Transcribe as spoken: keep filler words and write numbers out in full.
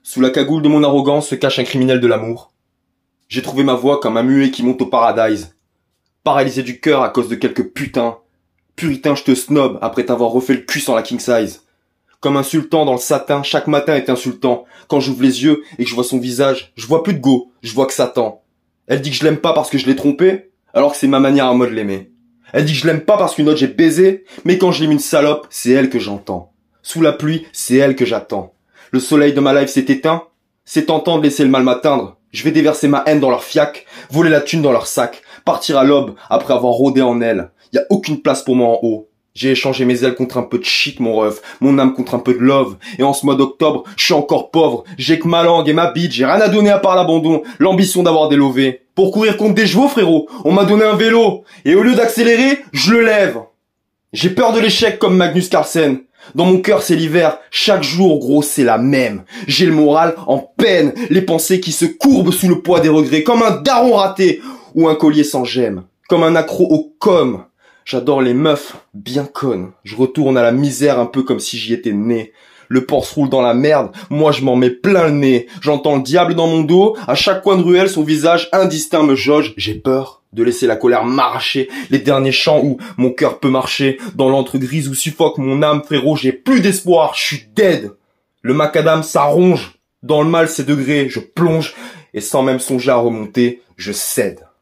Sous la cagoule de mon arrogance se cache un criminel de l'amour. J'ai trouvé ma voie comme un muet qui monte au paradise. Paralysé du cœur à cause de quelques putains. Puritain, je te snob après t'avoir refait le cul sans la king size. Comme un sultan dans le satin, chaque matin est insultant. Quand j'ouvre les yeux et que je vois son visage, je vois plus de go, je vois que Satan. Elle dit que je l'aime pas parce que je l'ai trompée, alors que c'est ma manière à moi de l'aimer. Elle dit que je l'aime pas parce qu'une autre j'ai baisé, mais quand je l'aime une salope, c'est elle que j'entends. Sous la pluie, c'est elle que j'attends. Le soleil de ma life s'est éteint. C'est tentant de laisser le mal m'atteindre. Je vais déverser ma haine dans leur fiac, voler la thune dans leur sac, partir à l'aube après avoir rôdé en elle. Y a aucune place pour moi en haut. J'ai échangé mes ailes contre un peu de shit, mon ref, mon âme contre un peu de love. Et en ce mois d'octobre, je suis encore pauvre. J'ai que ma langue et ma bite, j'ai rien à donner à part l'abandon, l'ambition d'avoir des lovés. Pour courir contre des chevaux, frérot, on m'a donné un vélo. Et au lieu d'accélérer, je le lève. J'ai peur de l'échec comme Magnus Carlsen. Dans mon cœur, c'est l'hiver. Chaque jour, gros, c'est la même. J'ai le moral en peine. Les pensées qui se courbent sous le poids des regrets. Comme un daron raté. Ou un collier sans gemme. Comme un accro au com. J'adore les meufs bien connes. Je retourne à la misère un peu comme si j'y étais né. Le port se roule dans la merde, moi je m'en mets plein le nez. J'entends le diable dans mon dos, à chaque coin de ruelle son visage indistinct me jauge. J'ai peur de laisser la colère m'arracher les derniers champs où mon cœur peut marcher. Dans l'antre grise où suffoque mon âme, frérot, j'ai plus d'espoir, je suis dead. Le macadam s'arronge, dans le mal c'est degré, je plonge, et sans même songer à remonter, je cède.